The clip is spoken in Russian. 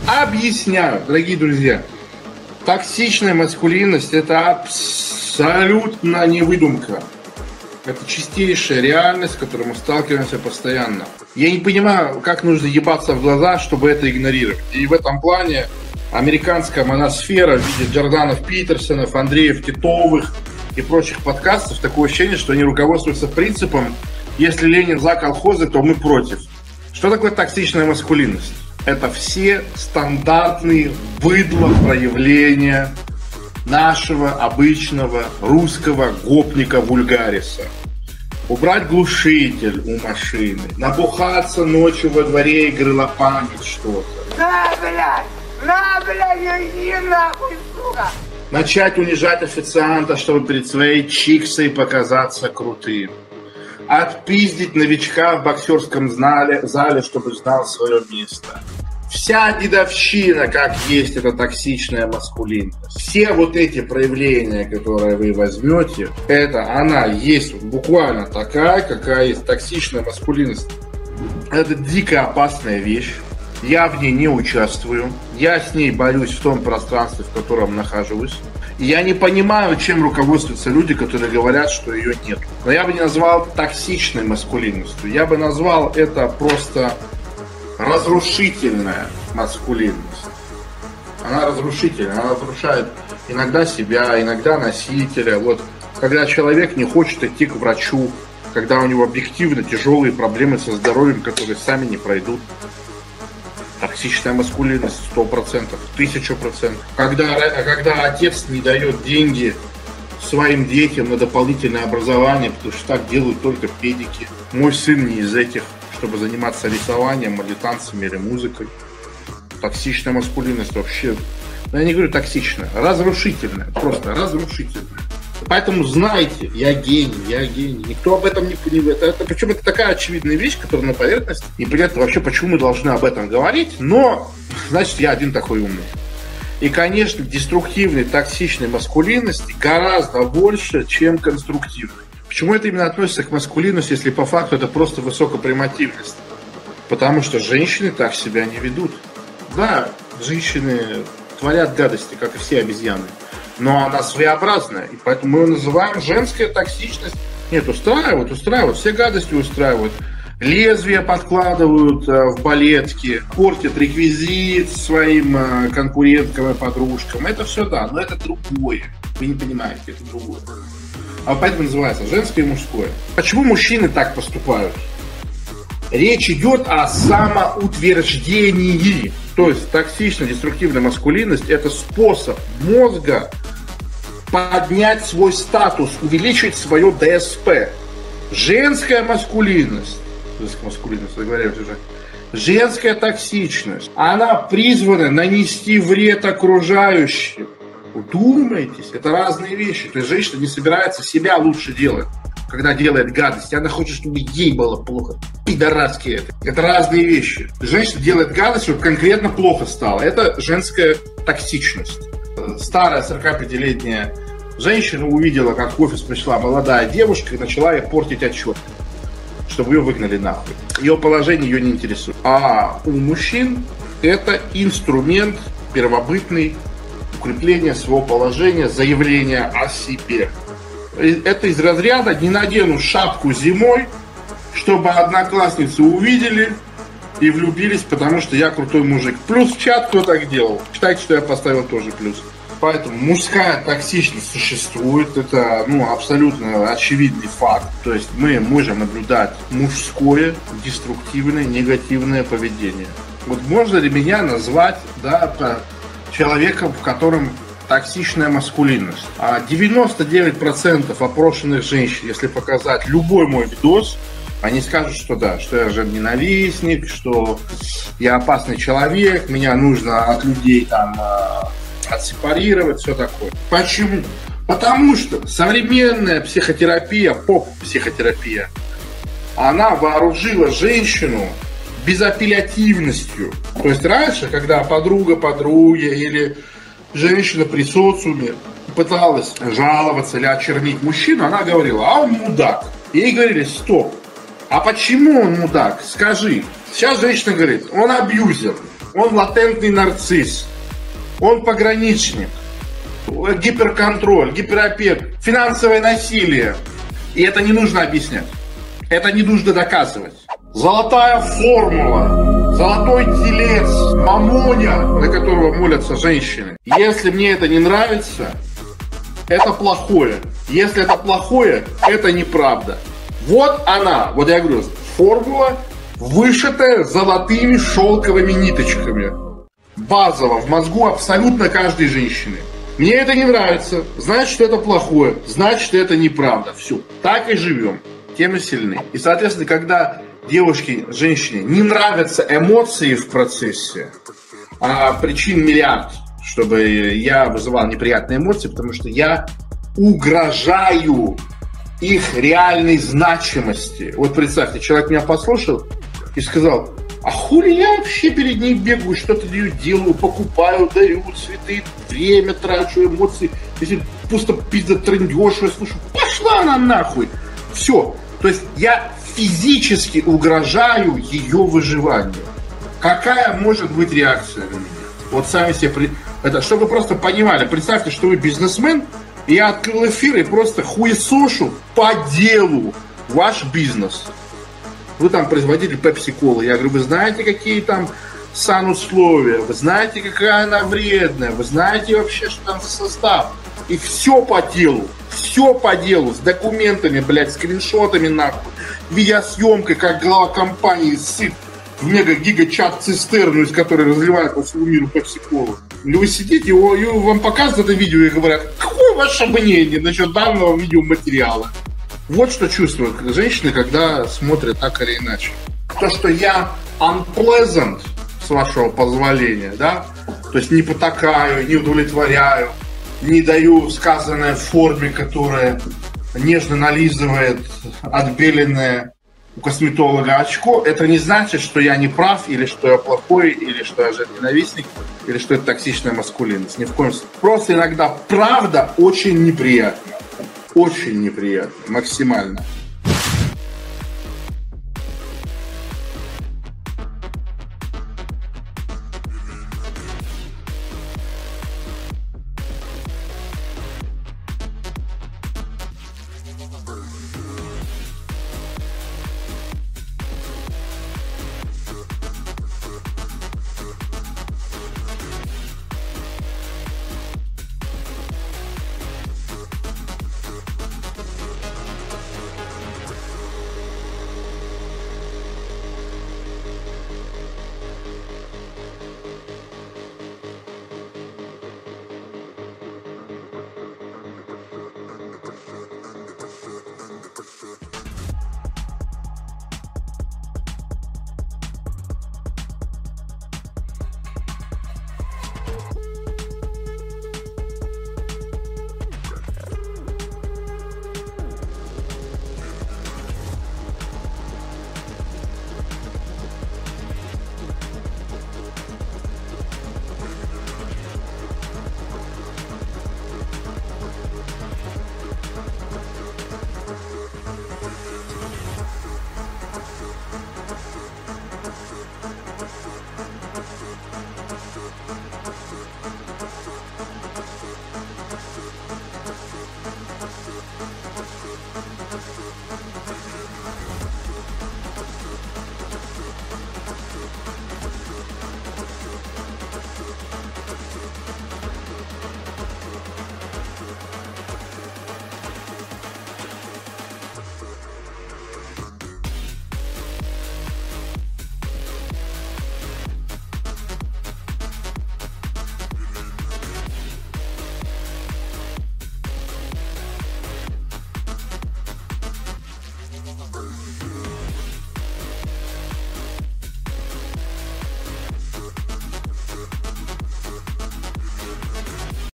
Объясняю, дорогие друзья. Токсичная маскулинность – это абсолютно не выдумка. Это чистейшая реальность, с которой мы сталкиваемся постоянно. Я не понимаю, как нужно ебаться в глаза, чтобы это игнорировать. И в этом плане американская моносфера в виде Джорданов Питерсонов, Андреев Титовых и прочих подкастов, такое ощущение, что они руководствуются принципом: если Ленин за колхозы, то мы против. Что такое токсичная маскулинность? Это все стандартные быдло проявления нашего обычного русского гопника вульгариса. Убрать глушитель у машины, набухаться ночью во дворе и горлопанить что-то. Иди нахуй, сука! Начать унижать официанта, чтобы перед своей чиксой показаться крутым. Отпиздить новичка в боксерском зале, чтобы знал свое место. Вся дедовщина, как есть, это токсичная маскулинность. Все вот эти проявления, которые вы возьмете, она есть буквально такая, какая есть токсичная маскулинность. Это дико опасная вещь. Я в ней не участвую. Я с ней борюсь в том пространстве, в котором нахожусь. И я не понимаю, чем руководствуются люди, которые говорят, что ее нет. Но я бы не назвал токсичной маскулинностью. Я бы назвал это просто разрушительная маскулинность. Она разрушительная, она разрушает иногда себя, иногда носителя. Вот когда человек не хочет идти к врачу, когда у него объективно тяжелые проблемы со здоровьем, которые сами не пройдут. Токсичная маскулинность 100%, 1000%. Когда отец не дает деньги своим детям на дополнительное образование, потому что так делают только педики. Мой сын не из этих, чтобы заниматься рисованием или танцами, или музыкой. Токсичная маскулинность вообще, я не говорю токсичная, разрушительная, просто разрушительная. Поэтому знайте, я гений. Никто об этом не понимает. Причем это такая очевидная вещь, которая на поверхности. Непонятно вообще, почему мы должны об этом говорить, но, значит, я один такой умный. И, конечно, деструктивной, токсичной маскулинности гораздо больше, чем конструктивной. Почему это именно относится к маскулинности, если по факту это просто высокопримативность? Потому что женщины так себя не ведут. Да, женщины творят гадости, как и все обезьяны. Но она своеобразная, и поэтому мы ее называем женская токсичность. Нет, устраивают, все гадости устраивают. Лезвия подкладывают в балетки, портят реквизит своим конкуренткам и подружкам. Это все да, но это другое. Вы не понимаете, это другое. А поэтому называется женское и мужское. Почему мужчины так поступают? Речь идет о самоутверждении. То есть токсично-деструктивная маскулинность – это способ мозга поднять свой статус, увеличить свое ДСП. Женская маскулинность, женская токсичность, она призвана нанести вред окружающим. Думаетесь, это разные вещи. То есть женщина не собирается себя лучше делать, когда делает гадости. Она хочет, чтобы ей было плохо. Пидорасски это. Это разные вещи. Женщина делает гадость, чтобы конкретно плохо стало. Это женская токсичность. Старая 45-летняя женщина увидела, как в офис пришла молодая девушка и начала ей портить отчет, чтобы ее выгнали нахуй. Ее положение ее не интересует. А у мужчин это инструмент первобытный укрепления своего положения, заявления о себе. Это из разряда «не надену шапку зимой, чтобы одноклассницы увидели и влюбились, потому что я крутой мужик». Плюс в чат кто так делал. Считайте, что я поставил тоже плюс. Поэтому мужская токсичность существует. Это абсолютно очевидный факт. То есть мы можем наблюдать мужское, деструктивное, негативное поведение. Вот можно ли меня назвать человеком, в котором токсичная маскулинность? 99% опрошенных женщин, если показать любой мой видос, они скажут, что да, что я жен-ненавистник, что я опасный человек, меня нужно от людей отсепарировать, все такое. Почему? Потому что современная психотерапия, поп-психотерапия, она вооружила женщину безапеллятивностью. То есть раньше, когда подруга подруги или женщина при социуме пыталась жаловаться или очернить мужчину, она говорила: а он мудак. Ей говорили: стоп, А почему он мудак? Скажи. Сейчас женщина говорит, он абьюзер, он латентный нарцисс, он пограничник, гиперконтроль, гиперопека, финансовое насилие. И это не нужно объяснять. Это не нужно доказывать. Золотая формула, золотой телец, мамоня, на которого молятся женщины. Если мне это не нравится, это плохое. Если это плохое, это неправда. Вот она, вот я говорю, формула, вышитая золотыми шелковыми ниточками. Базово, в мозгу абсолютно каждой женщины. Мне это не нравится, значит, что это плохое, значит, что это неправда. Все, так и живем, тем и сильны. И, соответственно, когда девушке, женщине не нравятся эмоции в процессе, а причин миллиард, чтобы я вызывал неприятные эмоции, потому что я угрожаю их реальной значимости. Вот представьте, человек меня послушал и сказал, а хули я вообще перед ней бегаю, что-то делаю, покупаю, даю цветы, время трачу, эмоции. Если просто пиздец трындеж, я слышу, пошла она нахуй. Все. То есть я физически угрожаю ее выживанию. Какая может быть реакция на меня? Вот сами себе... Это, чтобы вы просто понимали, представьте, что вы бизнесмен, и я открыл эфир и просто хуесошу по делу ваш бизнес. Вы там производитель пепси-колы. Я говорю, вы знаете, какие там санусловия, вы знаете, какая она вредная, вы знаете вообще, что там за состав. И все по делу, с документами, блядь, скриншотами, нахуй, видеосъемкой, как глава компании сыт в мега-гига-чат-цистерну, из которой разливают по всему миру пепси-колу. Или вы сидите, и вам показывают это видео и говорят, какое ваше мнение насчет данного видеоматериала? Вот что чувствуют женщины, когда смотрят так или иначе. То, что я unpleasant, с вашего позволения, да, то есть не потакаю, не удовлетворяю, не даю сказанное в форме, которая нежно нализывает отбеленное у косметолога очко, это не значит, что я не прав, или что я плохой, или что я жертвенненавистник, или что это токсичная маскулинность. Ни в коем случае. Просто иногда правда очень неприятна. Очень неприятно, максимально.